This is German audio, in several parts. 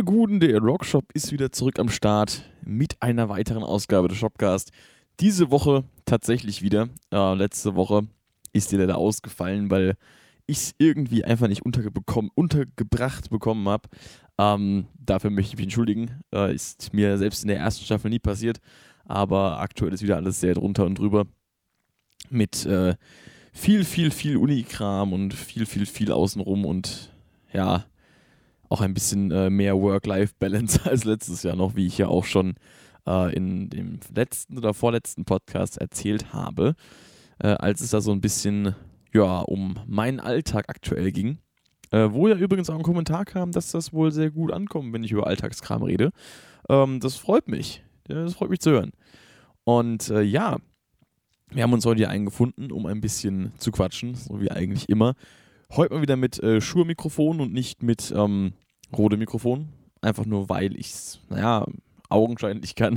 Ihr Guten, der Rockshop ist wieder zurück am Start mit einer weiteren Ausgabe des Shopcast. Diese Woche tatsächlich wieder. Letzte Woche ist die leider ausgefallen, weil ich es irgendwie einfach nicht untergebracht bekommen habe. Dafür möchte ich mich entschuldigen. Ist mir selbst in der ersten Staffel nie passiert. Aber aktuell ist wieder alles sehr drunter und drüber. Mit viel Unikram und viel außenrum und ja, auch ein bisschen mehr Work-Life-Balance als letztes Jahr noch, wie ich ja auch schon in dem letzten oder vorletzten Podcast erzählt habe, als es da so ein bisschen um meinen Alltag aktuell ging, wo ja übrigens auch ein Kommentar kam, dass das wohl sehr gut ankommt, wenn ich über Alltagskram rede. Das freut mich. Das freut mich zu hören. Und wir haben uns heute hier eingefunden, um ein bisschen zu quatschen, so wie eigentlich immer. Heute mal wieder mit Shure-Mikrofon und nicht mit Rode-Mikrofon. Einfach nur, weil ich es, augenscheinlich kann.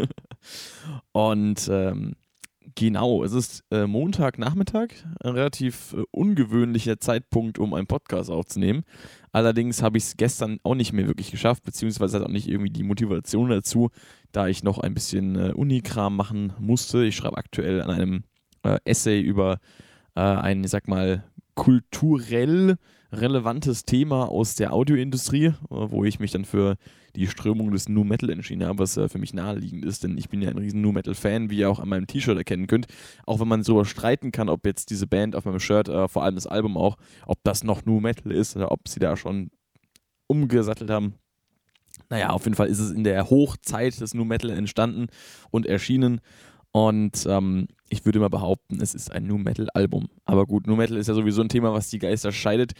Und genau, es ist Montagnachmittag, ein relativ ungewöhnlicher Zeitpunkt, um einen Podcast aufzunehmen. Allerdings habe ich es gestern auch nicht mehr wirklich geschafft, beziehungsweise hat auch nicht irgendwie die Motivation dazu, da ich noch ein bisschen Unikram machen musste. Ich schreibe aktuell an einem Essay über ein, ich sag mal, kulturell relevantes Thema aus der Audioindustrie, wo ich mich dann für die Strömung des Nu Metal entschieden habe, was für mich naheliegend ist, denn ich bin ja ein riesen Nu Metal Fan, wie ihr auch an meinem T-Shirt erkennen könnt, auch wenn man darüber streiten kann, ob jetzt diese Band auf meinem Shirt, vor allem das Album auch, ob das noch Nu Metal ist oder ob sie da schon umgesattelt haben. Naja, auf jeden Fall ist es in der Hochzeit des Nu Metal entstanden und erschienen. Und ich würde mal behaupten, es ist ein Nu Metal Album. Aber gut, Nu Metal ist ja sowieso ein Thema, was die Geister scheidet.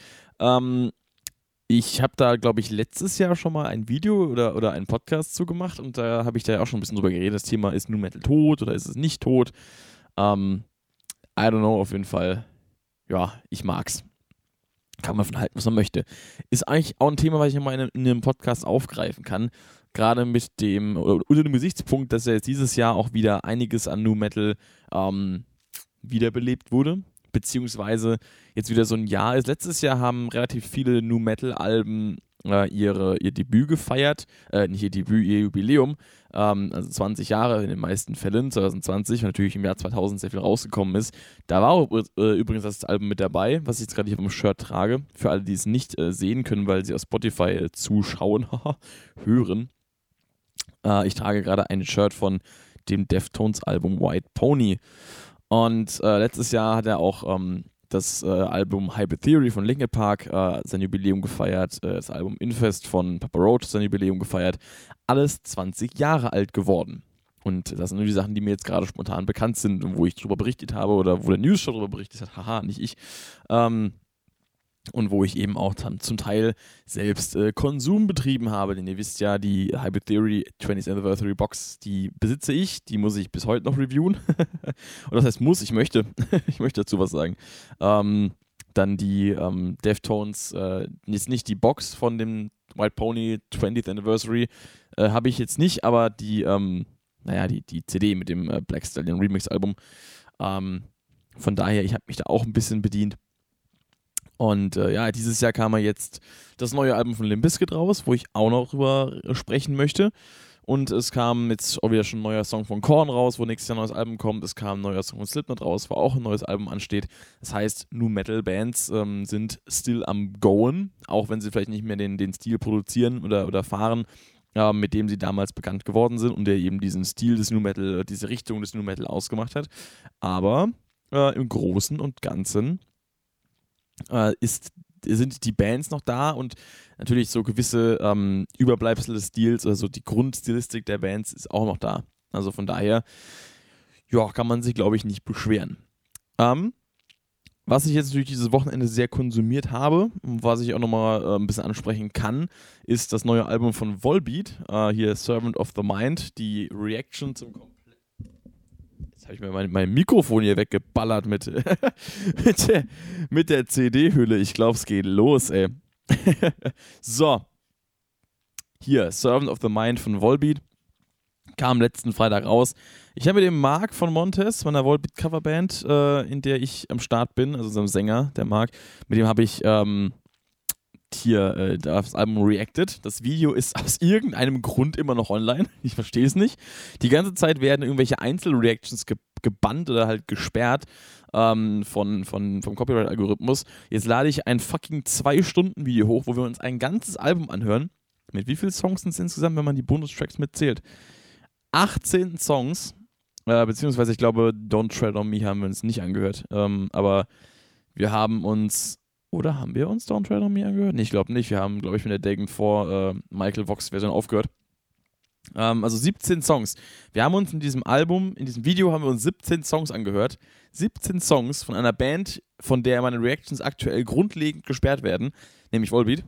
Ich habe da, glaube ich, letztes Jahr schon mal ein Video oder einen Podcast zu gemacht und da habe ich da ja auch schon ein bisschen drüber geredet. Das Thema, ist Nu Metal tot oder ist es nicht tot? I don't know, auf jeden Fall. Ja, ich mag's. Kann man von halten, was man möchte. Ist eigentlich auch ein Thema, was ich mal in einem Podcast aufgreifen kann. Gerade mit dem, oder unter dem Gesichtspunkt, dass ja jetzt dieses Jahr auch wieder einiges an Nu Metal wiederbelebt wurde. Beziehungsweise jetzt wieder so ein Jahr ist. Letztes Jahr haben relativ viele Nu Metal Alben ihr Debüt gefeiert. Nicht ihr Debüt, ihr Jubiläum. Also 20 Jahre in den meisten Fällen, 2020, und natürlich im Jahr 2000 sehr viel rausgekommen ist. Da war auch übrigens das Album mit dabei, was ich jetzt gerade hier auf dem Shirt trage. Für alle, die es nicht sehen können, weil sie auf Spotify zuschauen, hören. Ich trage gerade ein Shirt von dem Deftones-Album White Pony. Und letztes Jahr hat er auch das Album Hybrid Theory von Linkin Park sein Jubiläum gefeiert, das Album Infest von Papa Roach sein Jubiläum gefeiert. Alles 20 Jahre alt geworden. Und das sind nur die Sachen, die mir jetzt gerade spontan bekannt sind und wo ich drüber berichtet habe oder wo der News schon drüber berichtet hat. Haha, nicht ich. Und wo ich eben auch dann zum Teil selbst Konsum betrieben habe. Denn ihr wisst ja, die Hybrid Theory 20th Anniversary Box, die besitze ich. Die muss ich bis heute noch reviewen. Und das heißt muss, ich möchte. Ich möchte dazu was sagen. Dann die Deftones, jetzt nicht die Box von dem White Pony 20th Anniversary, habe ich jetzt nicht, aber die CD mit dem Black Stallion Remix Album. Von daher, ich habe mich da auch ein bisschen bedient. Und dieses Jahr kam ja jetzt das neue Album von Limp Bizkit raus, wo ich auch noch drüber sprechen möchte. Und es kam jetzt auch wieder schon ein neuer Song von Korn raus, wo nächstes Jahr ein neues Album kommt. Es kam ein neuer Song von Slipknot raus, wo auch ein neues Album ansteht. Das heißt, Nu Metal Bands sind still am Goen, auch wenn sie vielleicht nicht mehr den Stil produzieren oder fahren, mit dem sie damals bekannt geworden sind und der eben diesen Stil des Nu Metal, diese Richtung des Nu Metal ausgemacht hat. Aber im Großen und Ganzen sind die Bands noch da und natürlich so gewisse Überbleibsel des Stils, also die Grundstilistik der Bands ist auch noch da. Also von daher, kann man sich, glaube ich, nicht beschweren. Was ich jetzt natürlich dieses Wochenende sehr konsumiert habe, was ich auch nochmal ein bisschen ansprechen kann, ist das neue Album von Volbeat, hier Servant of the Mind, die Reaction zum habe ich mir mein Mikrofon hier weggeballert mit der CD-Hülle. Ich glaube, es geht los, ey. So. Hier, Servant of the Mind von Volbeat. Kam letzten Freitag raus. Ich habe mit dem Marc von Montes, von der Volbeat Coverband, in der ich am Start bin, also so einem Sänger, der Marc, mit dem habe ich hier das Album reacted. Das Video ist aus irgendeinem Grund immer noch online. Ich verstehe es nicht. Die ganze Zeit werden irgendwelche Einzelreactions gebannt oder halt gesperrt vom Copyright-Algorithmus. Jetzt lade ich ein fucking 2-Stunden-Video hoch, wo wir uns ein ganzes Album anhören. Mit wie vielen Songs sind es insgesamt, wenn man die Bonustracks mitzählt? 18 Songs. Beziehungsweise ich glaube, Don't Tread on Me haben wir uns nicht angehört. Aber wir haben uns... Oder haben wir uns Don't Tread on Me angehört? Nee, ich glaube nicht. Wir haben, glaube ich, mit der Dagon 4 Michael Vox-Version aufgehört. Also 17 Songs. Wir haben uns in diesem Video haben wir uns 17 Songs angehört. 17 Songs von einer Band, von der meine Reactions aktuell grundlegend gesperrt werden, nämlich Volbeat.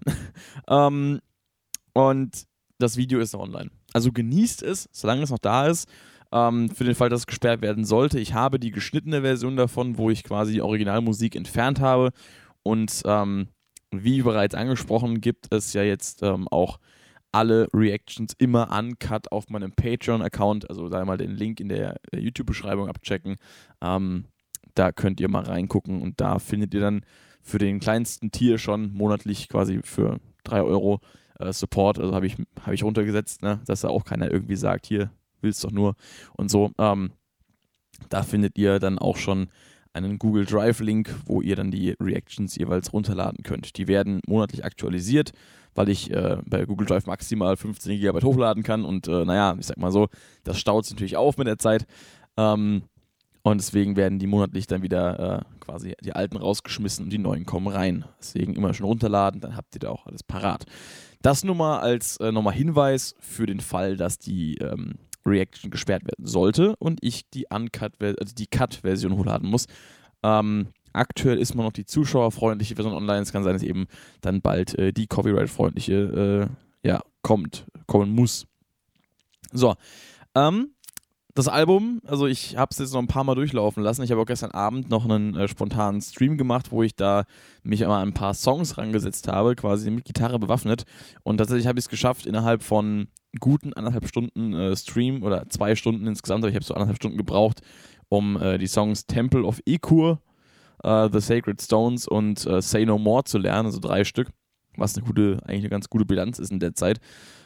Und das Video ist noch online. Also genießt es, solange es noch da ist. Für den Fall, dass es gesperrt werden sollte. Ich habe die geschnittene Version davon, wo ich quasi die Originalmusik entfernt habe. Und wie bereits angesprochen, gibt es ja jetzt auch alle Reactions immer uncut auf meinem Patreon-Account. Also da mal den Link in der YouTube-Beschreibung abchecken. Da könnt ihr mal reingucken und da findet ihr dann für den kleinsten Tier schon monatlich quasi für 3 Euro Support. Also habe ich runtergesetzt, ne? Dass da auch keiner irgendwie sagt, hier willst doch nur und so. Da findet ihr dann auch schon einen Google Drive-Link, wo ihr dann die Reactions jeweils runterladen könnt. Die werden monatlich aktualisiert, weil ich bei Google Drive maximal 15 GB hochladen kann und ich sag mal so, das staut sich natürlich auf mit der Zeit und deswegen werden die monatlich dann wieder quasi die alten rausgeschmissen und die neuen kommen rein. Deswegen immer schon runterladen, dann habt ihr da auch alles parat. Das nur mal als nochmal Hinweis für den Fall, dass die Reaction gesperrt werden sollte und ich die Cut-Version hochladen muss. Aktuell ist noch die zuschauerfreundliche Version online. Es kann sein, dass eben dann bald die copyright-freundliche kommen muss. So, das Album, also ich habe es jetzt noch ein paar Mal durchlaufen lassen. Ich habe auch gestern Abend noch einen spontanen Stream gemacht, wo ich da mich einmal an ein paar Songs rangesetzt habe, quasi mit Gitarre bewaffnet. Und tatsächlich habe ich es geschafft, innerhalb von guten 1,5 Stunden Stream oder 2 Stunden insgesamt, aber ich habe so 1,5 Stunden gebraucht, um die Songs Temple of Ekur, The Sacred Stones und Say No More zu lernen, also 3 Stück, was eigentlich eine ganz gute Bilanz ist in der Zeit.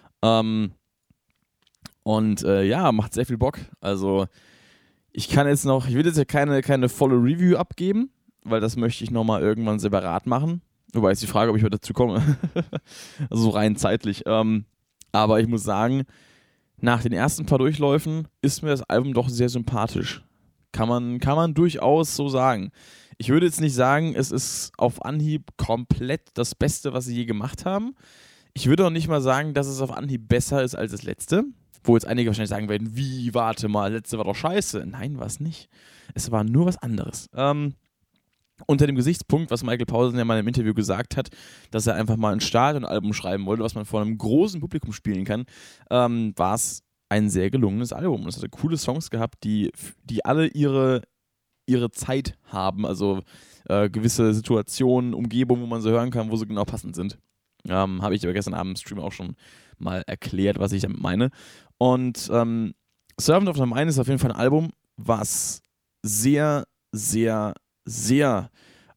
Macht sehr viel Bock. Also ich will jetzt ja keine volle Review abgeben, weil das möchte ich nochmal irgendwann separat machen. Wobei ist die Frage, ob ich heute dazu komme. Also rein zeitlich. Aber ich muss sagen, nach den ersten paar Durchläufen ist mir das Album doch sehr sympathisch. Kann man durchaus so sagen. Ich würde jetzt nicht sagen, es ist auf Anhieb komplett das Beste, was sie je gemacht haben. Ich würde auch nicht mal sagen, dass es auf Anhieb besser ist als das letzte. Wo jetzt einige wahrscheinlich sagen werden, warte mal, das letzte war doch scheiße. Nein, war es nicht. Es war nur was anderes. Unter dem Gesichtspunkt, was Michael Paulsen ja mal im Interview gesagt hat, dass er einfach mal ein Stadionalbum schreiben wollte, was man vor einem großen Publikum spielen kann, war es ein sehr gelungenes Album. Es hatte coole Songs gehabt, die alle ihre Zeit haben, also gewisse Situationen, Umgebungen, wo man so hören kann, wo sie genau passend sind. Habe ich aber gestern Abend im Stream auch schon mal erklärt, was ich damit meine. Und Servant of the Mind ist auf jeden Fall ein Album, was sehr, sehr, sehr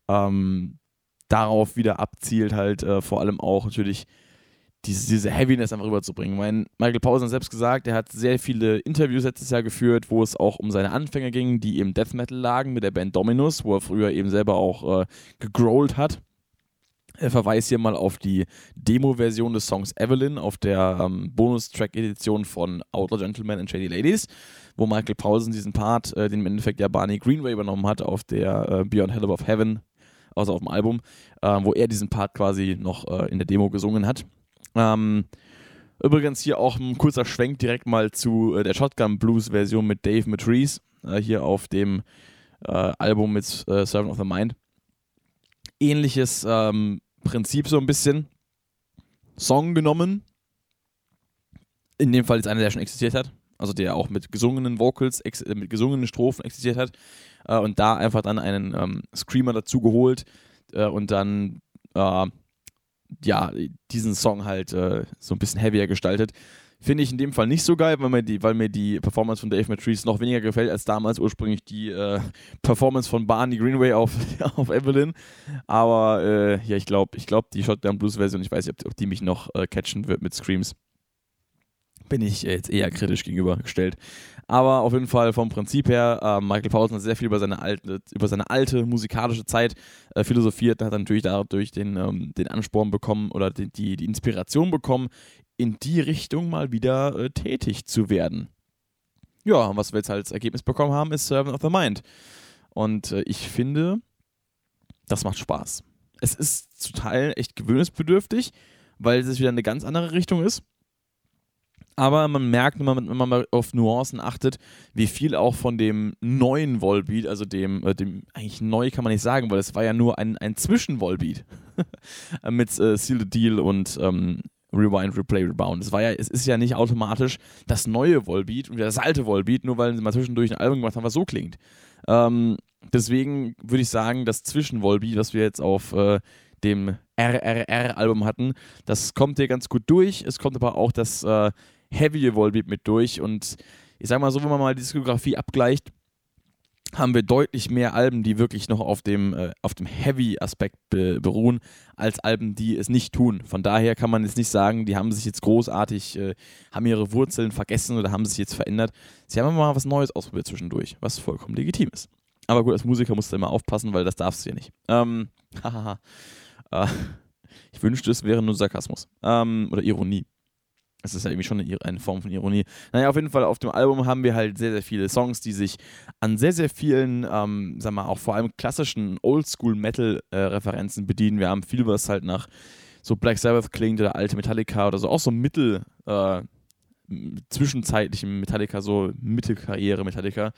darauf wieder abzielt, halt vor allem auch natürlich diese Heaviness einfach rüberzubringen. Michael Paulsen hat selbst gesagt, er hat sehr viele Interviews letztes Jahr geführt, wo es auch um seine Anfänge ging, die im Death Metal lagen mit der Band Dominus, wo er früher eben selber auch gegrowlt hat. Er verweist hier mal auf die Demo-Version des Songs Evelyn auf der Bonus-Track-Edition von Outlaw Gentlemen and Shady Ladies, wo Michael Paulsen diesen Part, den im Endeffekt ja Barney Greenway übernommen hat, auf der Beyond Hell Above Heaven, also auf dem Album, wo er diesen Part quasi noch in der Demo gesungen hat. Übrigens hier auch ein kurzer Schwenk direkt mal zu der Shotgun Blues-Version mit Dave Matrice, hier auf dem Album mit Servant of the Mind. Ähnliches Prinzip so ein bisschen. Song genommen. In dem Fall jetzt einer, der schon existiert hat. Also der auch mit gesungenen Vocals, mit gesungenen Strophen existiert hat. Und da einfach dann einen Screamer dazu geholt und dann diesen Song halt so ein bisschen heavier gestaltet. Finde ich in dem Fall nicht so geil, weil mir die Performance von Dave Matthews noch weniger gefällt als damals ursprünglich die Performance von Barney Greenway auf Evelyn. Aber ja, ich glaube, die Shotgun Blues Version, ich weiß nicht, ob die mich noch catchen wird mit Screams. Bin ich jetzt eher kritisch gegenübergestellt. Aber auf jeden Fall vom Prinzip her, Michael Pausen hat sehr viel über seine alte musikalische Zeit philosophiert, hat natürlich dadurch den Ansporn bekommen oder die Inspiration bekommen, in die Richtung mal wieder tätig zu werden. Ja, und was wir jetzt als Ergebnis bekommen haben, ist Servant of the Mind. Und ich finde, das macht Spaß. Es ist zu Teilen echt gewöhnungsbedürftig, weil es wieder eine ganz andere Richtung ist. Aber man merkt, wenn man mal auf Nuancen achtet, wie viel auch von dem neuen Volbeat, also dem eigentlich neu kann man nicht sagen, weil es war ja nur ein Zwischen-Volbeat mit Seal the Deal und Rewind, Replay, Rebound. Es ist ja nicht automatisch das neue Volbeat und das alte Volbeat, nur weil sie mal zwischendurch ein Album gemacht haben, was so klingt. Deswegen würde ich sagen, das Zwischen-Volbeat, was wir jetzt auf dem RRR-Album hatten, das kommt hier ganz gut durch. Es kommt aber auch das Heavy Volbeat mit durch und ich sag mal so, wenn man mal die Diskografie abgleicht, haben wir deutlich mehr Alben, die wirklich noch auf dem Heavy-Aspekt beruhen, als Alben, die es nicht tun. Von daher kann man jetzt nicht sagen, die haben sich jetzt großartig, haben ihre Wurzeln vergessen oder haben sich jetzt verändert. Sie haben mal was Neues ausprobiert zwischendurch, was vollkommen legitim ist. Aber gut, als Musiker musst du immer aufpassen, weil das darfst du ja nicht. Ich wünschte, es wäre nur Sarkasmus. Oder Ironie. Es ist ja irgendwie schon eine Form von Ironie. Naja, auf jeden Fall auf dem Album haben wir halt sehr, sehr viele Songs, die sich an sehr, sehr vielen, sagen wir mal, auch vor allem klassischen Oldschool-Metal-Referenzen bedienen. Wir haben viel, was halt nach so Black Sabbath klingt oder alte Metallica oder so, auch so zwischenzeitlichen Metallica, so Mittelkarriere Metallica.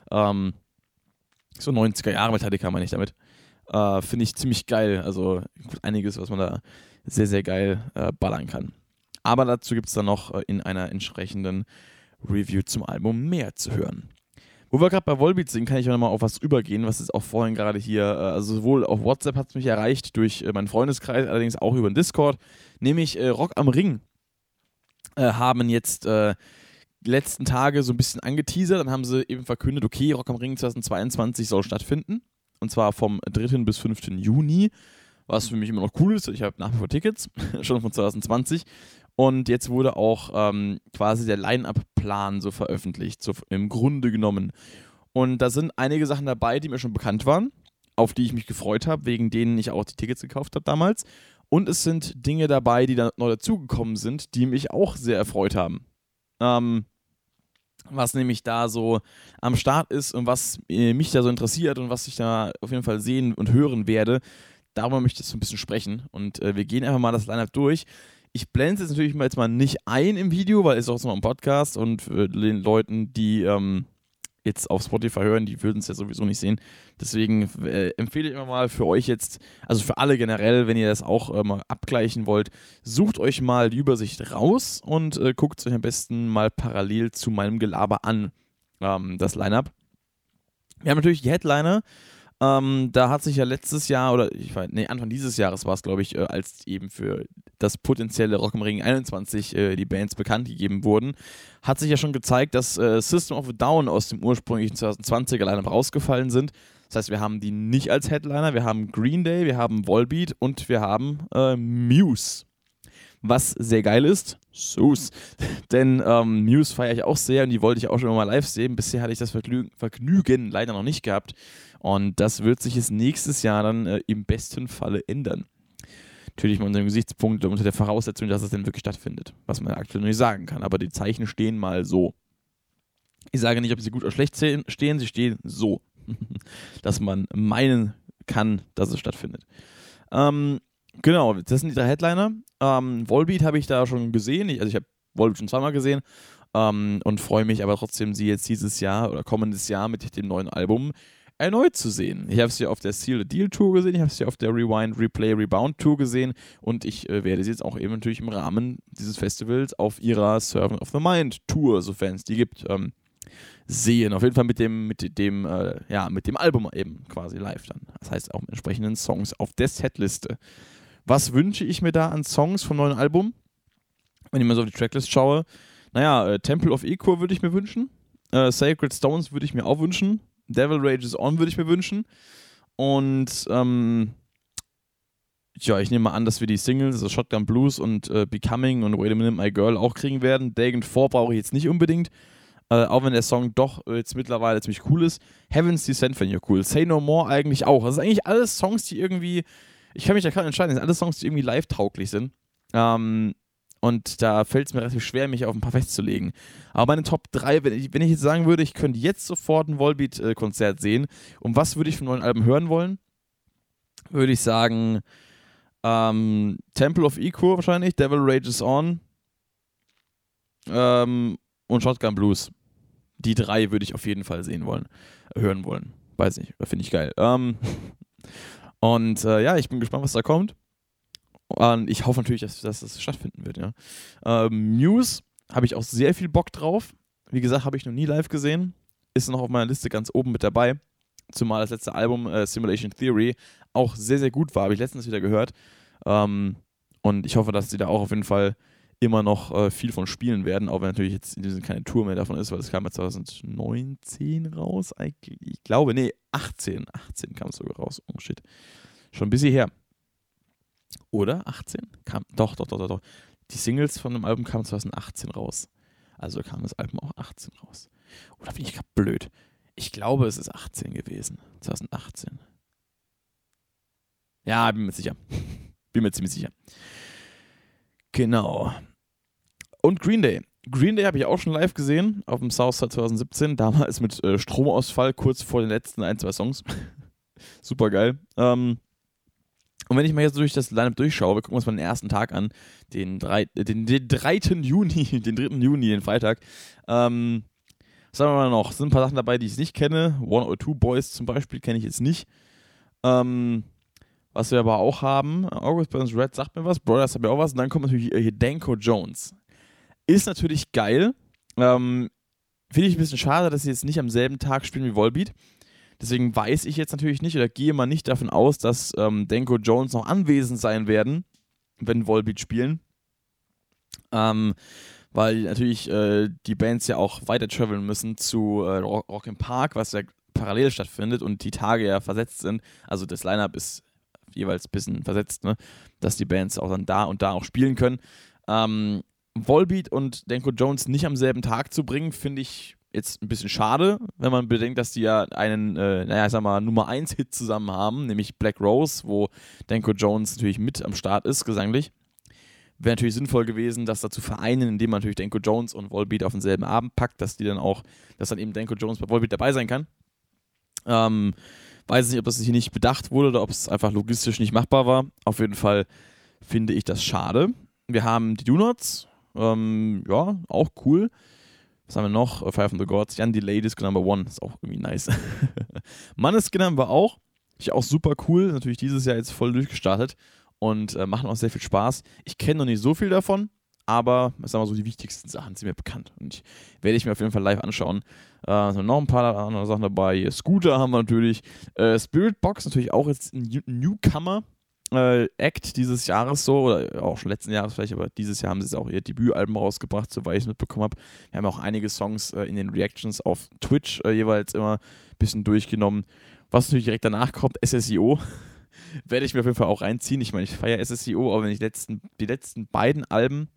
So 90er Jahre Metallica meine ich damit. Finde ich ziemlich geil. Also einiges, was man da sehr, sehr geil ballern kann. Aber dazu gibt es dann noch in einer entsprechenden Review zum Album mehr zu hören. Wo wir gerade bei Volbeat sind, kann ich auch nochmal auf was übergehen, was jetzt auch vorhin gerade hier, also sowohl auf WhatsApp hat es mich erreicht, durch meinen Freundeskreis, allerdings auch über den Discord, nämlich Rock am Ring haben jetzt letzten Tage so ein bisschen angeteasert, dann haben sie eben verkündet, okay, Rock am Ring 2022 soll stattfinden, und zwar vom 3. bis 5. Juni, was für mich immer noch cool ist, ich habe nach wie vor Tickets, schon von 2020. Und jetzt wurde auch quasi der Line-Up-Plan so veröffentlicht, so im Grunde genommen. Und da sind einige Sachen dabei, die mir schon bekannt waren, auf die ich mich gefreut habe, wegen denen ich auch die Tickets gekauft habe damals. Und es sind Dinge dabei, die da neu dazugekommen sind, die mich auch sehr erfreut haben. Was nämlich da so am Start ist und was mich da so interessiert und was ich da auf jeden Fall sehen und hören werde, darüber möchte ich so ein bisschen sprechen. Und wir gehen einfach mal das Line-Up durch. Ich blende es jetzt natürlich jetzt mal nicht ein im Video, weil es ist auch so ein Podcast und für den Leuten, die jetzt auf Spotify hören, die würden es ja sowieso nicht sehen. Deswegen empfehle ich immer mal für euch jetzt, also für alle generell, wenn ihr das auch mal abgleichen wollt, sucht euch mal die Übersicht raus und guckt es euch am besten mal parallel zu meinem Gelaber an, das Line-Up. Wir haben natürlich die Headliner. Da hat sich ja letztes Jahr, oder Anfang dieses Jahres war es, glaube ich, als eben für das potenzielle Rock am Ring 21 die Bands bekannt gegeben wurden, hat sich ja schon gezeigt, dass System of a Down aus dem ursprünglichen 2020er Line-Up rausgefallen sind. Das heißt, wir haben die nicht als Headliner, wir haben Green Day, wir haben Volbeat und wir haben Muse. Was sehr geil ist, denn Muse feiere ich auch sehr und die wollte ich auch schon mal live sehen. Bisher hatte ich das Vergnügen leider noch nicht gehabt. Und das wird sich jetzt nächstes Jahr dann im besten Falle ändern. Natürlich unter dem Gesichtspunkt, unter der Voraussetzung, dass es denn wirklich stattfindet. Was man aktuell noch nicht sagen kann. Aber die Zeichen stehen mal so. Ich sage nicht, ob sie gut oder schlecht stehen. Sie stehen so. Dass man meinen kann, dass es stattfindet. Genau, das sind die 3 Headliner. Volbeat habe ich da schon gesehen. Ich habe Volbeat schon 2-mal gesehen. Und freue mich aber trotzdem, sie jetzt dieses Jahr oder kommendes Jahr mit dem neuen Album erneut zu sehen. Ich habe es ja auf der Seal the Deal Tour gesehen, ich habe es ja auf der Rewind, Replay, Rebound Tour gesehen und ich werde sie jetzt auch eben natürlich im Rahmen dieses Festivals auf ihrer Servant of the Mind Tour, sofern es die gibt, sehen. Auf jeden Fall mit dem Album eben quasi live dann. Das heißt auch mit entsprechenden Songs auf der Setliste. Was wünsche ich mir da an Songs vom neuen Album? Wenn ich mal so auf die Tracklist schaue, Temple of Ekur würde ich mir wünschen. Sacred Stones würde ich mir auch wünschen. Devil Rages On würde ich mir wünschen. Und ich nehme mal an, dass wir die Singles, also Shotgun Blues und Becoming und Wait a Minute, My Girl auch kriegen werden. Dagon 4 brauche ich jetzt nicht unbedingt. Auch wenn der Song doch jetzt mittlerweile ziemlich cool ist. Heaven's Descent finde ich cool. Say No More eigentlich auch. Das sind eigentlich alles Songs, die irgendwie, ich kann mich da gerade entscheiden, das sind alles Songs, die irgendwie live-tauglich sind. Und da fällt es mir relativ schwer, mich auf ein paar festzulegen. Aber meine Top 3, wenn ich jetzt sagen würde, ich könnte jetzt sofort ein Volbeat-Konzert sehen, und was würde ich von neuen Alben hören wollen? Würde ich sagen, Temple of Ekur wahrscheinlich, Devil Rages On und Shotgun Blues. Die 3 würde ich auf jeden Fall hören wollen. Weiß nicht, finde ich geil. Ich bin gespannt, was da kommt. Und ich hoffe natürlich, dass das stattfinden wird, ja. Muse habe ich auch sehr viel Bock drauf. Wie gesagt, habe ich noch nie live gesehen. Ist noch auf meiner Liste ganz oben mit dabei. Zumal das letzte Album, Simulation Theory, auch sehr, sehr gut war. Habe ich letztens wieder gehört. Und ich hoffe, dass sie da auch auf jeden Fall immer noch viel von spielen werden. Auch wenn natürlich jetzt in diesem keine Tour mehr davon ist, weil es kam ja 2019 raus. Ich glaube, 18 kam es sogar raus. Oh shit. Schon ein bisschen her. Oder? 18? Doch. Die Singles von dem Album kamen 2018 raus. Also kam das Album auch 18 raus. Oder bin ich gerade blöd? Ich glaube, es ist 18 gewesen. 2018. Ja, bin mir sicher. Bin mir ziemlich sicher. Genau. Und Green Day. Green Day habe ich auch schon live gesehen auf dem Southside 2017. Damals mit Stromausfall kurz vor den letzten 1-2 Songs. Super geil. Und wenn ich mal jetzt durch das Lineup durchschaue, wir gucken uns mal den ersten Tag an, den 3. Juni, den Freitag. Sagen wir mal noch, sind ein paar Sachen dabei, die ich nicht kenne. 102 Boys zum Beispiel kenne ich jetzt nicht. Was wir aber auch haben, August Burns Red sagt mir was, Brothers hat mir auch was, und dann kommt natürlich hier Danko Jones. Ist natürlich geil. Finde ich ein bisschen schade, dass sie jetzt nicht am selben Tag spielen wie Volbeat. Deswegen weiß ich jetzt natürlich nicht oder gehe mal nicht davon aus, dass Danko Jones noch anwesend sein werden, wenn Volbeat spielen. Weil natürlich die Bands ja auch weiter traveln müssen zu Rock im Park, was ja parallel stattfindet und die Tage ja versetzt sind. Also das Line-Up ist jeweils ein bisschen versetzt, ne? Dass die Bands auch dann da und da auch spielen können. Volbeat und Danko Jones nicht am selben Tag zu bringen, finde ich jetzt ein bisschen schade, wenn man bedenkt, dass die ja einen, Nummer 1 Hit zusammen haben, nämlich Black Rose, wo Danko Jones natürlich mit am Start ist, gesanglich. Wäre natürlich sinnvoll gewesen, das dazu vereinen, indem man natürlich Danko Jones und Volbeat auf denselben Abend packt, dass dann eben Danko Jones bei Volbeat dabei sein kann. Weiß nicht, ob das hier nicht bedacht wurde oder ob es einfach logistisch nicht machbar war. Auf jeden Fall finde ich das schade. Wir haben die Do-Nots, auch cool. Was haben wir noch? Fire from the Gods. Jan Delay Disco Number 1. Ist auch irgendwie nice. Måneskin haben wir auch. Ist auch super cool. Natürlich dieses Jahr jetzt voll durchgestartet. Und machen auch sehr viel Spaß. Ich kenne noch nicht so viel davon. Aber, sagen wir so, die wichtigsten Sachen sind mir bekannt. Und werde ich mir auf jeden Fall live anschauen. Sind noch ein paar andere Sachen dabei. Scooter haben wir natürlich. Spirit Box natürlich auch jetzt ein Newcomer. Act dieses Jahres so, oder auch schon letzten Jahres vielleicht, aber dieses Jahr haben sie jetzt auch ihr Debütalbum rausgebracht, soweit ich es mitbekommen habe. Wir haben auch einige Songs in den Reactions auf Twitch jeweils immer ein bisschen durchgenommen. Was natürlich direkt danach kommt, SSIO, werde ich mir auf jeden Fall auch reinziehen. Ich meine, ich feiere SSIO, aber wenn ich die letzten beiden Alben,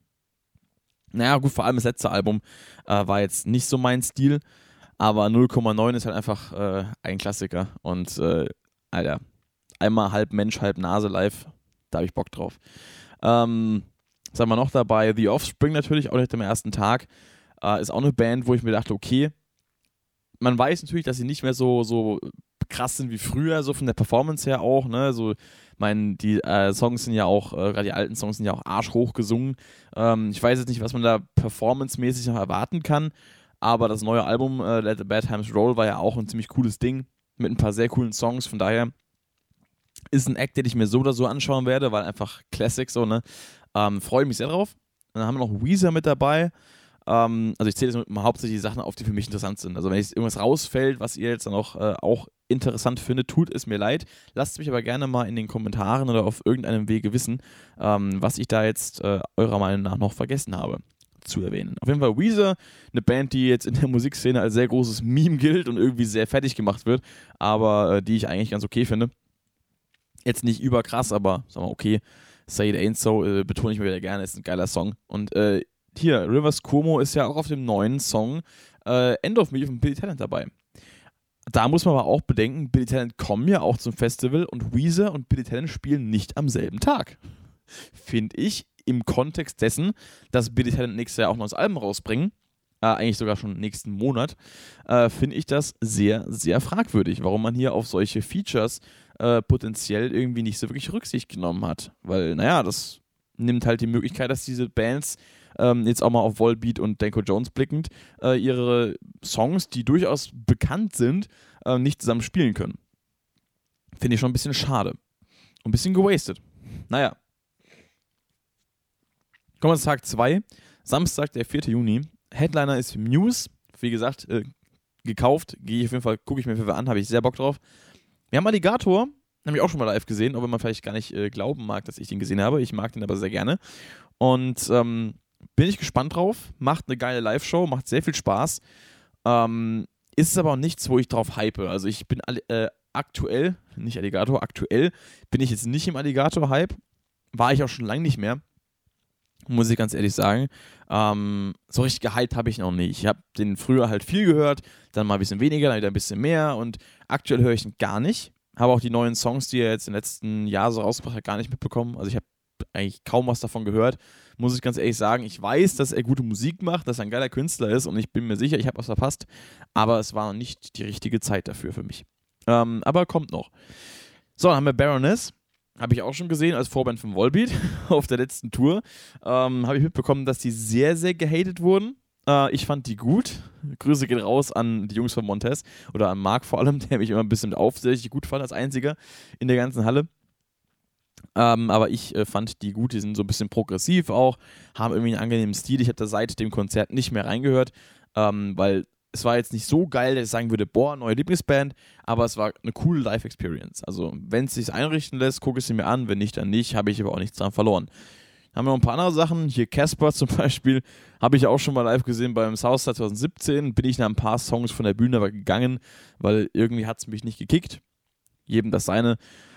vor allem das letzte Album war jetzt nicht so mein Stil, aber 0,9 ist halt einfach ein Klassiker und Alter, einmal halb Mensch, halb Nase live. Da habe ich Bock drauf. Sagen wir noch dabei, The Offspring natürlich, auch direkt am ersten Tag. Ist auch eine Band, wo ich mir dachte, okay, man weiß natürlich, dass sie nicht mehr so krass sind wie früher, so von der Performance her auch, ne, so, die Songs sind ja auch, gerade die alten Songs sind ja auch arschhoch gesungen. Ich weiß jetzt nicht, was man da performancemäßig noch erwarten kann, aber das neue Album, Let the Bad Times Roll, war ja auch ein ziemlich cooles Ding, mit ein paar sehr coolen Songs, von daher ist ein Act, den ich mir so oder so anschauen werde, weil einfach Classic so, ne, freue mich sehr drauf. Dann haben wir noch Weezer mit dabei. Also ich zähle jetzt hauptsächlich die Sachen auf, die für mich interessant sind. Also wenn jetzt irgendwas rausfällt, was ihr jetzt dann auch interessant findet, tut es mir leid. Lasst mich aber gerne mal in den Kommentaren oder auf irgendeinem Wege wissen, was ich da jetzt eurer Meinung nach noch vergessen habe. zu erwähnen. Auf jeden Fall Weezer, eine Band, die jetzt in der Musikszene als sehr großes Meme gilt und irgendwie sehr fertig gemacht wird, aber die ich eigentlich ganz okay finde. Jetzt nicht überkrass, aber sagen wir okay. Say It Ain't So betone ich mir wieder gerne, ist ein geiler Song. Und hier, Rivers Cuomo ist ja auch auf dem neuen Song End of Me von Billy Talent dabei. Da muss man aber auch bedenken, Billy Talent kommen ja auch zum Festival und Weezer und Billy Talent spielen nicht am selben Tag. Finde ich im Kontext dessen, dass Billy Talent nächstes Jahr auch noch das Album rausbringen, eigentlich sogar schon nächsten Monat, finde ich das sehr, sehr fragwürdig, warum man hier auf solche Features potenziell irgendwie nicht so wirklich Rücksicht genommen hat. Weil, naja, das nimmt halt die Möglichkeit, dass diese Bands jetzt auch mal auf Volbeat und Danko Jones blickend, ihre Songs, die durchaus bekannt sind, nicht zusammen spielen können. Finde ich schon ein bisschen schade. Und ein bisschen gewastet. Naja. Kommen wir zu Tag 2. Samstag, der 4. Juni. Headliner ist Muse. Wie gesagt, gekauft. Gehe ich auf jeden Fall, gucke ich mir auf jeden Fall an, habe ich sehr Bock drauf. Wir haben Alligator, habe ich auch schon mal live gesehen, auch wenn man vielleicht gar nicht glauben mag, dass ich den gesehen habe. Ich mag den aber sehr gerne. Und bin ich gespannt drauf. Macht eine geile Live-Show, macht sehr viel Spaß. Ist aber auch nichts, wo ich drauf hype. Also ich bin aktuell, nicht Alligator, aktuell bin ich jetzt nicht im Alligator-Hype. War ich auch schon lange nicht mehr. Muss ich ganz ehrlich sagen. So richtig gehypt habe ich noch nicht. Ich habe den früher halt viel gehört, dann mal ein bisschen weniger, dann wieder ein bisschen mehr und aktuell höre ich ihn gar nicht. Habe auch die neuen Songs, die er jetzt im letzten Jahr so rausgebracht hat, gar nicht mitbekommen. Also ich habe eigentlich kaum was davon gehört, muss ich ganz ehrlich sagen. Ich weiß, dass er gute Musik macht, dass er ein geiler Künstler ist und ich bin mir sicher, ich habe was verpasst, aber es war noch nicht die richtige Zeit dafür für mich. Aber kommt noch. So, dann haben wir Baroness. Habe ich auch schon gesehen als Vorband von Volbeat auf der letzten Tour. Habe ich mitbekommen, dass die sehr, sehr gehatet wurden. Ich fand die gut. Grüße gehen raus an die Jungs von Montez oder an Marc vor allem, der mich immer ein bisschen aufsichtig gut fand als einziger in der ganzen Halle. Aber ich fand die gut, die sind so ein bisschen progressiv auch, haben irgendwie einen angenehmen Stil. Ich habe da seit dem Konzert nicht mehr reingehört, weil es war jetzt nicht so geil, dass ich sagen würde, boah, neue Lieblingsband, aber es war eine coole Live-Experience. Also wenn es sich einrichten lässt, gucke ich sie mir an, wenn nicht, dann nicht, habe ich aber auch nichts dran verloren. Haben wir noch ein paar andere Sachen, hier Casper zum Beispiel, habe ich auch schon mal live gesehen beim Southside 2017, bin ich nach ein paar Songs von der Bühne aber gegangen, weil irgendwie hat es mich nicht gekickt. Jedem das seine.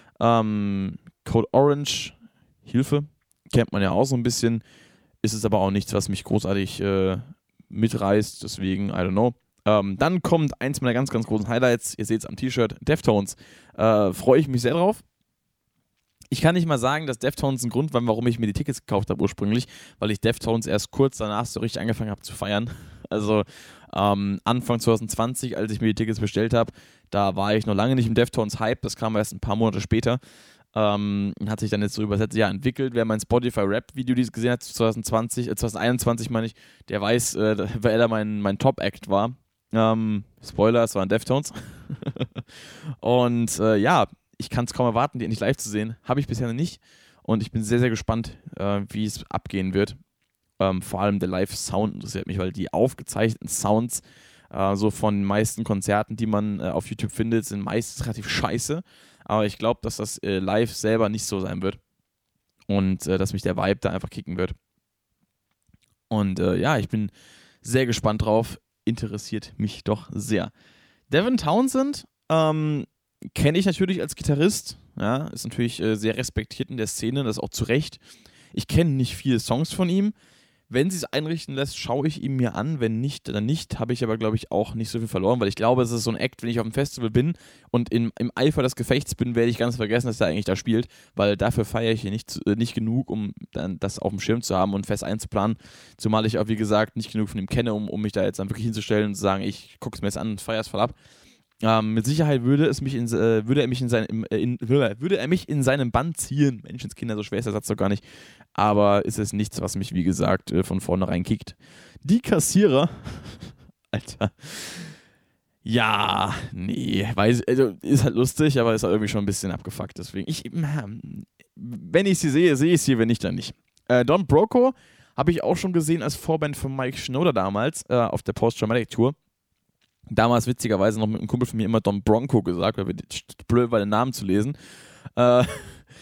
Code Orange, Hilfe, kennt man ja auch so ein bisschen, ist es aber auch nichts, was mich großartig mitreißt, deswegen, I don't know. Dann kommt eins meiner ganz, ganz großen Highlights, ihr seht es am T-Shirt, Deftones. Freue ich mich sehr drauf. Ich kann nicht mal sagen, dass Deftones ein Grund war, warum ich mir die Tickets gekauft habe ursprünglich, weil ich Deftones erst kurz danach so richtig angefangen habe zu feiern. Also Anfang 2020, als ich mir die Tickets bestellt habe, da war ich noch lange nicht im Deftones-Hype, das kam erst ein paar Monate später. Hat sich dann jetzt so über das letzte Jahr entwickelt. Wer mein Spotify-Rap-Video gesehen hat, 2021 meine ich, der weiß, wer da mein Top-Act war. Spoiler, es waren Deftones. Und ja, ich kann es kaum erwarten, die endlich live zu sehen. Habe ich bisher noch nicht. Und ich bin sehr, sehr gespannt, wie es abgehen wird. Vor allem der Live-Sound interessiert mich, weil die aufgezeichneten Sounds so von den meisten Konzerten, die man auf YouTube findet, sind meistens relativ scheiße. Aber ich glaube, dass das live selber nicht so sein wird. Und dass mich der Vibe da einfach kicken wird. Und ja, ich bin sehr gespannt drauf. Interessiert mich doch sehr. Devin Townsend kenne ich natürlich als Gitarrist. Ja, ist natürlich sehr respektiert in der Szene, das auch zu Recht. Ich kenne nicht viele Songs von ihm. Wenn sie es einrichten lässt, schaue ich ihn mir an. Wenn nicht, dann nicht. Habe ich aber, glaube ich, auch nicht so viel verloren, weil ich glaube, es ist so ein Act, wenn ich auf dem Festival bin und im Eifer des Gefechts bin, werde ich ganz vergessen, dass er eigentlich da spielt, weil dafür feiere ich hier nicht genug, um dann das auf dem Schirm zu haben und fest einzuplanen. Zumal ich auch, wie gesagt, nicht genug von ihm kenne, um mich da jetzt dann wirklich hinzustellen und zu sagen, ich gucke es mir jetzt an und feiere es voll ab. Mit Sicherheit würde er mich in seinem Bann ziehen. Menschenskinder, so schwer ist der Satz doch gar nicht. Aber ist es nichts, was mich, wie gesagt, von vornherein kickt. Die Kassierer, Alter. Ja, nee, also ist halt lustig, aber ist halt irgendwie schon ein bisschen abgefuckt. Deswegen, wenn ich sie sehe ich sie, wenn nicht, dann nicht. Don Broco habe ich auch schon gesehen als Vorband von Mike Schnoder damals auf der Post-Traumatic Tour. Damals witzigerweise noch mit einem Kumpel von mir immer Don Bronco gesagt, weil wir blöd war, den Namen zu lesen.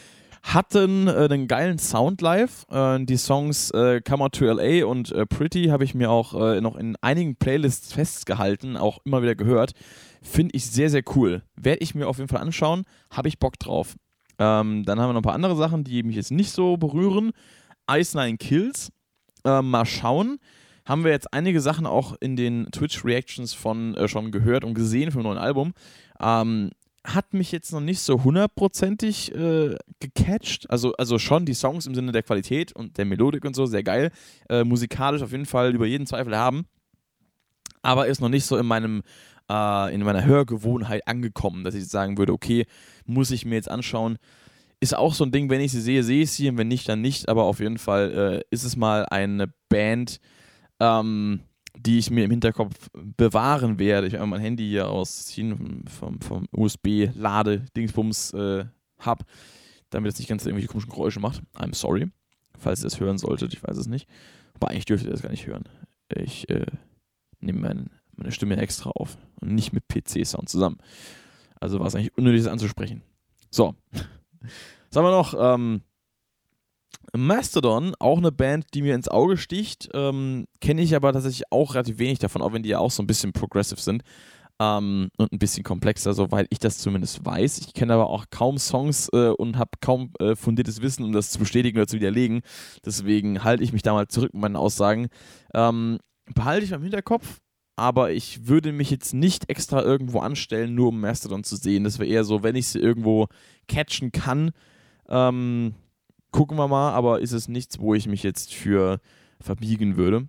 Hatten einen geilen Sound live. Die Songs Come Out to LA und Pretty habe ich mir auch noch in einigen Playlists festgehalten, auch immer wieder gehört. Finde ich sehr, sehr cool. Werde ich mir auf jeden Fall anschauen. Habe ich Bock drauf. Dann haben wir noch ein paar andere Sachen, die mich jetzt nicht so berühren. Ice Nine Kills. Mal schauen. Haben wir jetzt einige Sachen auch in den Twitch-Reactions von schon gehört und gesehen vom neuen Album. Hat mich jetzt noch nicht so hundertprozentig gecatcht. Also schon die Songs im Sinne der Qualität und der Melodik und so, sehr geil. Musikalisch auf jeden Fall über jeden Zweifel haben. Aber ist noch nicht so in meiner Hörgewohnheit angekommen, dass ich sagen würde, okay, muss ich mir jetzt anschauen. Ist auch so ein Ding, wenn ich sie sehe, sehe ich sie und wenn nicht, dann nicht. Aber auf jeden Fall ist es mal eine Band, die ich mir im Hinterkopf bewahren werde. Ich werde mein Handy hier ausziehen vom USB-Lade-Dingsbums Hub, damit es nicht ganz irgendwelche komischen Geräusche macht. I'm sorry, falls ihr das hören solltet, ich weiß es nicht. Aber eigentlich dürft ihr das gar nicht hören. Ich nehme meine Stimme extra auf und nicht mit PC-Sound zusammen. Also war es eigentlich unnötig, das anzusprechen. So, was haben wir noch? Mastodon, auch eine Band, die mir ins Auge sticht, kenne ich aber tatsächlich auch relativ wenig davon, auch wenn die ja auch so ein bisschen progressive sind und ein bisschen komplexer, soweit ich das zumindest weiß. Ich kenne aber auch kaum Songs und habe kaum fundiertes Wissen, um das zu bestätigen oder zu widerlegen. Deswegen halte ich mich da mal zurück mit meinen Aussagen. Behalte ich mal im Hinterkopf, aber ich würde mich jetzt nicht extra irgendwo anstellen, nur um Mastodon zu sehen. Das wäre eher so, wenn ich sie irgendwo catchen kann, gucken wir mal, aber ist es nichts, wo ich mich jetzt für verbiegen würde.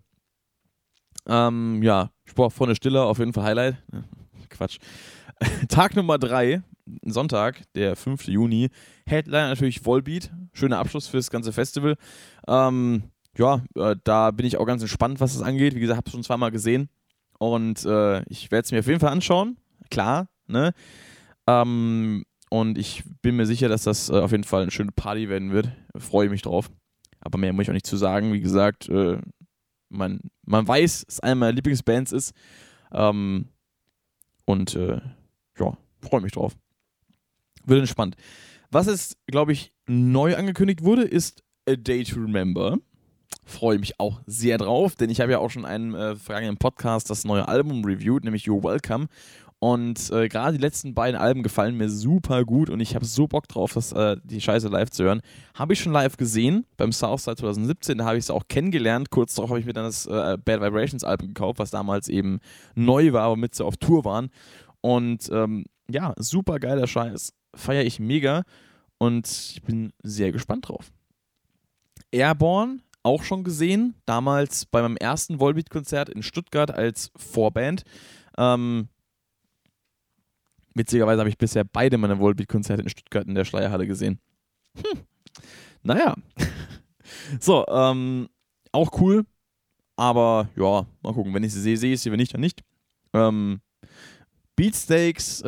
Sport vor der Stille, auf jeden Fall Highlight. Quatsch. Tag Nummer 3, Sonntag, der 5. Juni. Headline natürlich Volbeat. Schöner Abschluss für das ganze Festival. Da bin ich auch ganz entspannt, was das angeht. Wie gesagt, habe es schon zweimal gesehen. Und ich werde es mir auf jeden Fall anschauen. Klar, ne? Und ich bin mir sicher, dass das auf jeden Fall eine schöne Party werden wird. Freue mich drauf. Aber mehr muss ich auch nicht zu sagen. Wie gesagt, man weiß, dass es eine meiner Lieblingsbands ist. Freue mich drauf. Wird entspannt. Was jetzt, glaube ich, neu angekündigt wurde, ist A Day to Remember. Freue mich auch sehr drauf, denn ich habe ja auch schon einen vergangenen Podcast das neue Album reviewed, nämlich You're Welcome. Und gerade die letzten beiden Alben gefallen mir super gut und ich habe so Bock drauf, die Scheiße live zu hören. Habe ich schon live gesehen beim Southside 2017, da habe ich es auch kennengelernt. Kurz darauf habe ich mir dann das Bad Vibrations Album gekauft, was damals eben neu war, womit sie auf Tour waren. Und super geiler Scheiß. Feiere ich mega und ich bin sehr gespannt drauf. Airborne auch schon gesehen, damals bei meinem ersten Volbeat-Konzert in Stuttgart als Vorband. Witzigerweise habe ich bisher beide meine Volbeat-Konzerte in Stuttgart in der Schleierhalle gesehen. Naja. So, auch cool. Aber ja, mal gucken. Wenn ich sie sehe, sehe ich sie. Wenn nicht, dann nicht. Beatsteaks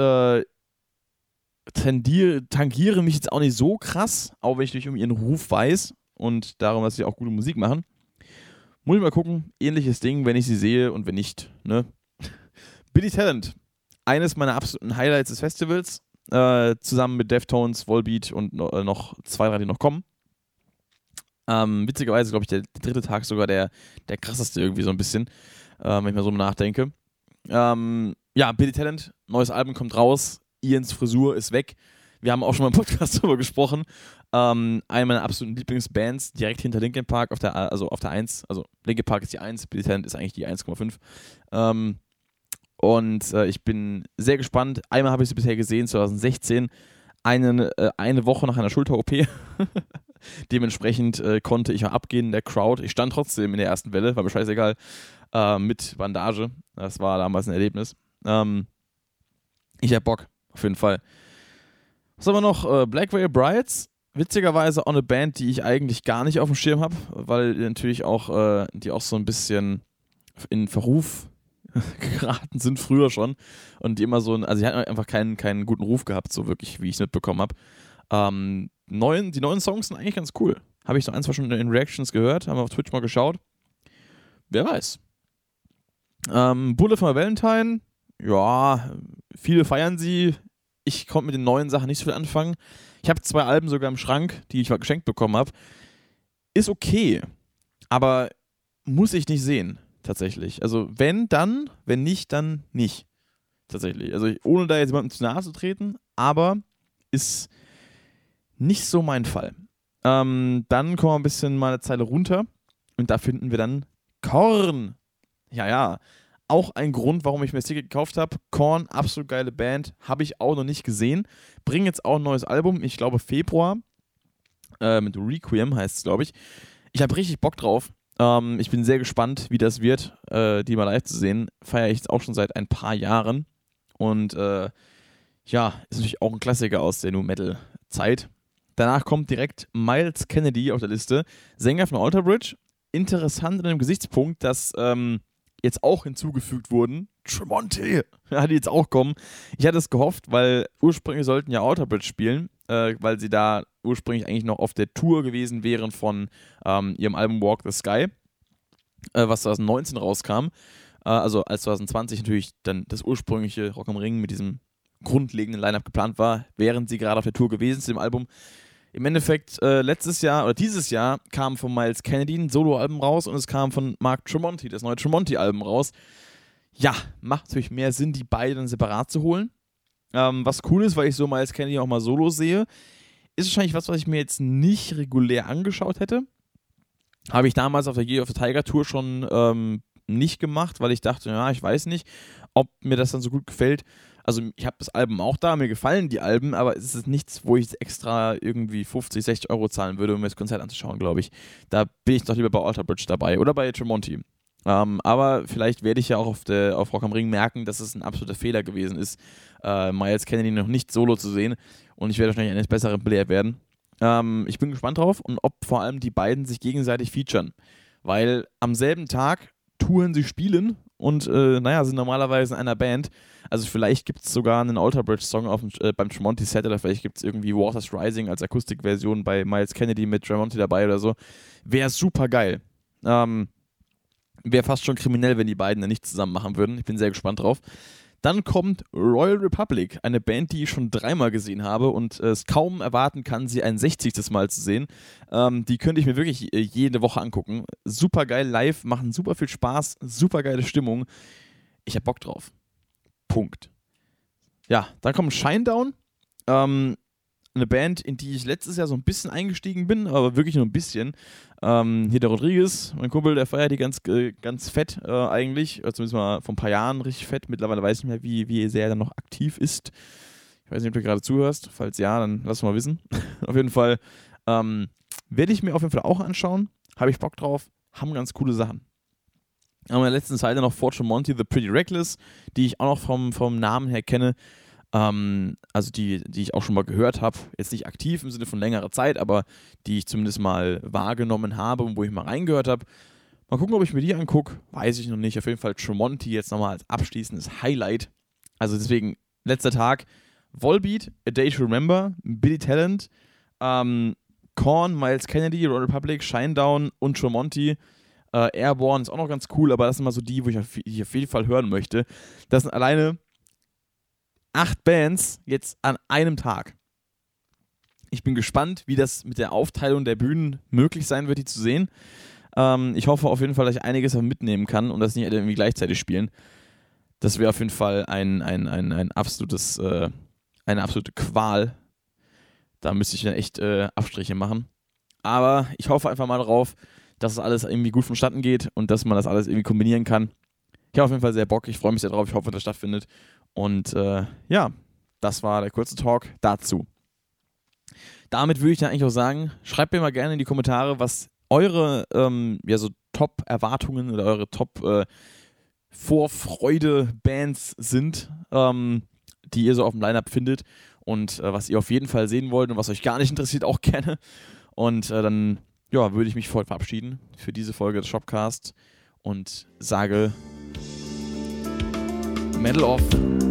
tangieren mich jetzt auch nicht so krass, auch wenn ich durch ihren Ruf weiß und darum, dass sie auch gute Musik machen. Muss ich mal gucken. Ähnliches Ding, wenn ich sie sehe und wenn nicht. Ne? Billy Talent. Eines meiner absoluten Highlights des Festivals, zusammen mit Deftones, Volbeat und noch 2, 3, die noch kommen. Witzigerweise, glaube ich, der dritte Tag sogar der krasseste irgendwie so ein bisschen, wenn ich mal so nachdenke. Billy Talent, neues Album kommt raus, Ians Frisur ist weg. Wir haben auch schon mal im Podcast darüber gesprochen. Eine meiner absoluten Lieblingsbands, direkt hinter Linkin Park, auf der 1. Also Linkin Park ist die 1, Billy Talent ist eigentlich die 1,5. Und ich bin sehr gespannt. Einmal habe ich sie bisher gesehen, 2016, eine Woche nach einer Schulter-OP. Dementsprechend konnte ich auch abgehen in der Crowd. Ich stand trotzdem in der ersten Welle, war mir scheißegal, mit Bandage. Das war damals ein Erlebnis. Ich hab Bock, auf jeden Fall. Was haben wir noch? Black Veil Brides. Witzigerweise auch eine Band, die ich eigentlich gar nicht auf dem Schirm habe, weil natürlich auch die auch so ein bisschen in Verruf geraten sind früher schon und die immer so, also die hatten einfach keinen guten Ruf gehabt, so wirklich, wie ich es mitbekommen habe. Die neuen Songs sind eigentlich ganz cool. Habe ich so ein, zwei schon in Reactions gehört, haben wir auf Twitch mal geschaut. Wer weiß. Bullet for my Valentine, ja, viele feiern sie. Ich konnte mit den neuen Sachen nicht so viel anfangen. Ich habe 2 Alben sogar im Schrank, die ich mal geschenkt bekommen habe. Ist okay, aber muss ich nicht sehen, tatsächlich. Also wenn, dann, wenn nicht, dann nicht. Tatsächlich. Also ohne da jetzt jemandem zu nahe zu treten, aber ist nicht so mein Fall. Dann kommen wir ein bisschen mal eine Zeile runter und da finden wir dann Korn. Ja. Auch ein Grund, warum ich mir das Ticket gekauft habe. Korn, absolut geile Band. Habe ich auch noch nicht gesehen. Bringen jetzt auch ein neues Album, ich glaube Februar. Mit Requiem heißt es, glaube ich. Ich habe richtig Bock drauf. Ich bin sehr gespannt, wie das wird, die mal live zu sehen. Feiere ich jetzt auch schon seit ein paar Jahren. Und ist natürlich auch ein Klassiker aus der Nu-Metal-Zeit. Danach kommt direkt Myles Kennedy auf der Liste. Sänger von Alter Bridge. Interessant in dem Gesichtspunkt, dass jetzt auch hinzugefügt wurden. Tremonti, die jetzt auch kommen. Ich hatte es gehofft, weil ursprünglich sollten ja Alter Bridge spielen, weil sie da ursprünglich eigentlich noch auf der Tour gewesen wären von ihrem Album Walk the Sky, was 2019 rauskam. Also als 2020 natürlich dann das ursprüngliche Rock am Ring mit diesem grundlegenden Line-Up geplant war, während sie gerade auf der Tour gewesen sind im Album. Im Endeffekt letztes Jahr oder dieses Jahr kam von Myles Kennedy ein Soloalbum raus und es kam von Mark Tremonti, das neue Tremonti-Album raus. Ja, macht natürlich mehr Sinn, die beiden dann separat zu holen. Was cool ist, weil ich so Myles Kennedy auch mal solo sehe, ist wahrscheinlich was ich mir jetzt nicht regulär angeschaut hätte. Habe ich damals auf der Year of the Tiger Tour schon nicht gemacht, weil ich dachte, ja, ich weiß nicht, ob mir das dann so gut gefällt. Also ich habe das Album auch da, mir gefallen die Alben, aber es ist nichts, wo ich extra irgendwie 50, 60 Euro zahlen würde, um mir das Konzert anzuschauen, glaube ich. Da bin ich doch lieber bei Alter Bridge dabei oder bei Tremonti. Aber vielleicht werde ich ja auch auf Rock am Ring merken, dass es ein absoluter Fehler gewesen ist, Myles Kennedy noch nicht solo zu sehen und ich werde wahrscheinlich eines Besseren belehrt werden. Ich bin gespannt drauf und ob vor allem die beiden sich gegenseitig featuren, weil am selben Tag touren sie spielen und sind normalerweise in einer Band. Also vielleicht gibt es sogar einen Alter Bridge Song beim Tremonti Set oder vielleicht gibt es irgendwie Waters Rising als Akustikversion bei Myles Kennedy mit Tremonti dabei oder so. Wäre super geil. Wäre fast schon kriminell, wenn die beiden dann nicht zusammen machen würden. Ich bin sehr gespannt drauf. Dann kommt Royal Republic, eine Band, die ich schon 3-mal gesehen habe und es kaum erwarten kann, sie ein 60. Mal zu sehen. Die könnte ich mir wirklich jede Woche angucken. Super geil live, machen super viel Spaß, super geile Stimmung. Ich hab Bock drauf. Punkt. Ja, dann kommt Shinedown. Eine Band, in die ich letztes Jahr so ein bisschen eingestiegen bin, aber wirklich nur ein bisschen. Hier der Rodriguez, mein Kumpel, der feiert die ganz fett eigentlich, zumindest mal vor ein paar Jahren richtig fett. Mittlerweile weiß ich nicht mehr, wie sehr er dann noch aktiv ist. Ich weiß nicht, ob du gerade zuhörst. Falls ja, dann lass mal wissen. Auf jeden Fall werde ich mir auf jeden Fall auch anschauen. Habe ich Bock drauf. Haben ganz coole Sachen. An der letzten Seite noch Fortune Monty, The Pretty Reckless, die ich auch noch vom Namen her kenne. Also die ich auch schon mal gehört habe, jetzt nicht aktiv im Sinne von längerer Zeit, aber die ich zumindest mal wahrgenommen habe und wo ich mal reingehört habe. Mal gucken, ob ich mir die angucke, weiß ich noch nicht. Auf jeden Fall Tremonti jetzt nochmal als abschließendes Highlight. Also deswegen, letzter Tag, Volbeat, A Day to Remember, Billy Talent, Korn, Myles Kennedy, Royal Republic, Shinedown und Tremonti. Airborne ist auch noch ganz cool, aber das sind mal so die, wo ich auf jeden Fall hören möchte. Das sind alleine 8 Bands jetzt an einem Tag. Ich bin gespannt, wie das mit der Aufteilung der Bühnen möglich sein wird, die zu sehen. Ich hoffe auf jeden Fall, dass ich einiges mitnehmen kann und das nicht alle irgendwie gleichzeitig spielen. Das wäre auf jeden Fall eine absolute Qual. Da müsste ich dann echt Abstriche machen. Aber ich hoffe einfach mal drauf, dass es alles irgendwie gut vonstatten geht und dass man das alles irgendwie kombinieren kann. Ich habe auf jeden Fall sehr Bock, ich freue mich sehr drauf, ich hoffe, dass das stattfindet. Und das war der kurze Talk dazu. Damit würde ich dann eigentlich auch sagen, schreibt mir mal gerne in die Kommentare, was eure so Top-Erwartungen oder eure Top-Vorfreude-Bands sind, die ihr so auf dem Line-Up findet und was ihr auf jeden Fall sehen wollt und was euch gar nicht interessiert, auch gerne. Und dann würde ich mich voll verabschieden für diese Folge des Shopcast und sage Metal Off.